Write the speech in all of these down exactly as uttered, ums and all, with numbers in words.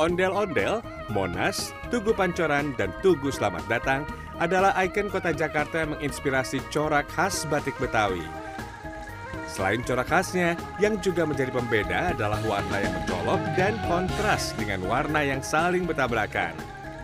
Ondel-ondel, Monas, Tugu Pancoran, dan Tugu Selamat Datang adalah ikon kota Jakarta yang menginspirasi corak khas batik Betawi. Selain corak khasnya, yang juga menjadi pembeda adalah warna yang mencolok dan kontras dengan warna yang saling bertabrakan.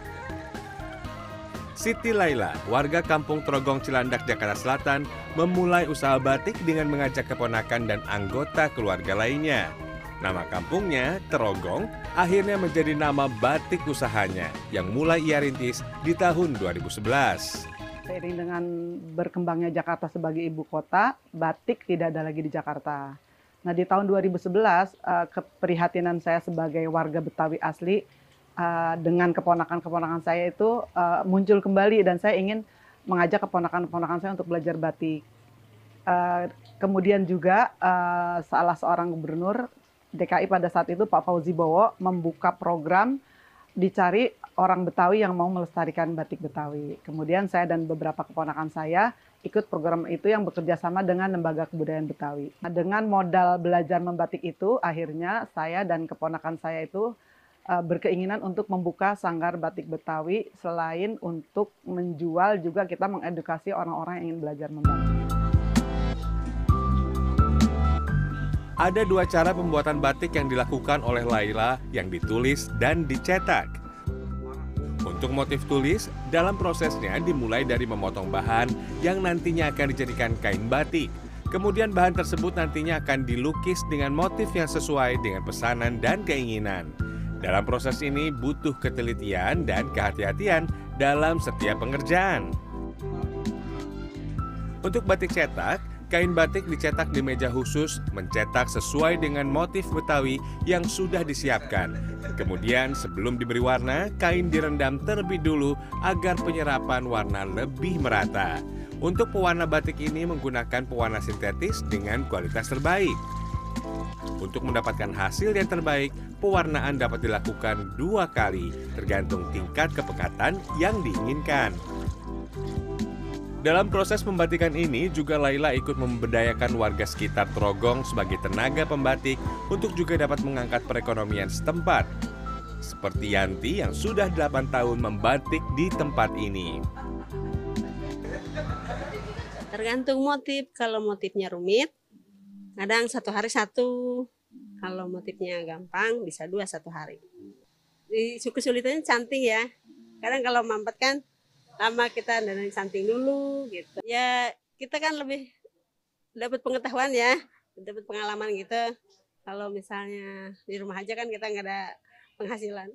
Siti Laila, warga kampung Trogong Cilandak, Jakarta Selatan, memulai usaha batik dengan mengajak keponakan dan anggota keluarga lainnya. Nama kampungnya, Trogong, akhirnya menjadi nama batik usahanya yang mulai ia rintis di tahun dua ribu sebelas. Seiring dengan berkembangnya Jakarta sebagai ibu kota, batik tidak ada lagi di Jakarta. Nah, di tahun dua ribu sebelas, keprihatinan saya sebagai warga Betawi asli dengan keponakan-keponakan saya itu muncul kembali dan saya ingin mengajak keponakan-keponakan saya untuk belajar batik. Kemudian juga salah seorang gubernur D K I pada saat itu, Pak Fauzi Bowo, membuka program dicari orang Betawi yang mau melestarikan batik Betawi. Kemudian saya dan beberapa keponakan saya ikut program itu yang bekerja sama dengan Lembaga Kebudayaan Betawi. Nah, dengan modal belajar membatik itu, akhirnya saya dan keponakan saya itu uh, berkeinginan untuk membuka sanggar batik Betawi. Selain untuk menjual, juga kita mengedukasi orang-orang yang ingin belajar membatik. Ada dua cara pembuatan batik yang dilakukan oleh Laila yang ditulis dan dicetak. Untuk motif tulis, dalam prosesnya dimulai dari memotong bahan yang nantinya akan dijadikan kain batik. Kemudian bahan tersebut nantinya akan dilukis dengan motif yang sesuai dengan pesanan dan keinginan. Dalam proses ini butuh ketelitian dan kehati-hatian dalam setiap pengerjaan. Untuk batik cetak, kain batik dicetak di meja khusus, mencetak sesuai dengan motif Betawi yang sudah disiapkan. Kemudian sebelum diberi warna, kain direndam terlebih dulu agar penyerapan warna lebih merata. Untuk pewarna batik ini menggunakan pewarna sintetis dengan kualitas terbaik. Untuk mendapatkan hasil yang terbaik, pewarnaan dapat dilakukan dua kali, tergantung tingkat kepekatan yang diinginkan. Dalam proses pembatikan ini juga Laila ikut memberdayakan warga sekitar Trogong sebagai tenaga pembatik untuk juga dapat mengangkat perekonomian setempat. Seperti Yanti yang sudah delapan tahun membatik di tempat ini. Tergantung motif, kalau motifnya rumit, kadang satu hari satu. Kalau motifnya gampang, bisa dua satu hari. Di kesulitannya canting ya. Kadang kalau mampet kan, lama kita dari santing dulu gitu. Ya kita kan lebih dapat pengetahuan ya, dapat pengalaman gitu. Kalau misalnya di rumah aja kan kita nggak ada penghasilan.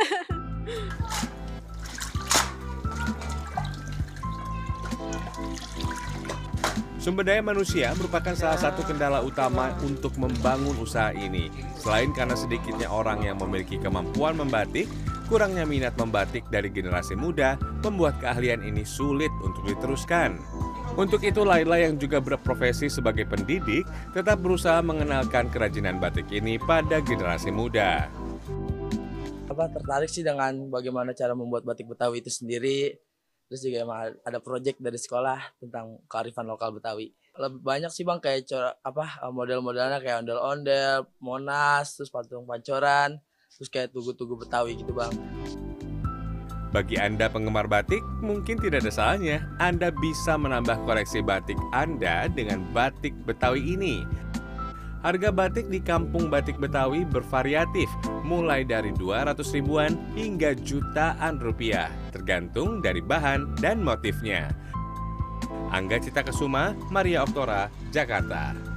Sumber daya manusia merupakan salah satu kendala utama untuk membangun usaha ini. Selain karena sedikitnya orang yang memiliki kemampuan membatik, kurangnya minat membatik dari generasi muda membuat keahlian ini sulit untuk diteruskan. Untuk itu Laila yang juga berprofesi sebagai pendidik tetap berusaha mengenalkan kerajinan batik ini pada generasi muda. Apa tertarik sih dengan bagaimana cara membuat batik Betawi itu sendiri. Terus juga emang ada proyek dari sekolah tentang kearifan lokal Betawi. Lebih banyak sih Bang kayak corak apa model-modelnya kayak ondel-ondel, Monas, terus patung Pancoran, terus kayak tugu-tugu Betawi gitu Bang. Bagi Anda penggemar batik, mungkin tidak ada salahnya Anda bisa menambah koleksi batik Anda dengan batik Betawi ini. Harga batik di kampung batik Betawi bervariatif, mulai dari dua ratus ribuan hingga jutaan rupiah, tergantung dari bahan dan motifnya. Angga Cita Kesuma, Maria Oktora, Jakarta.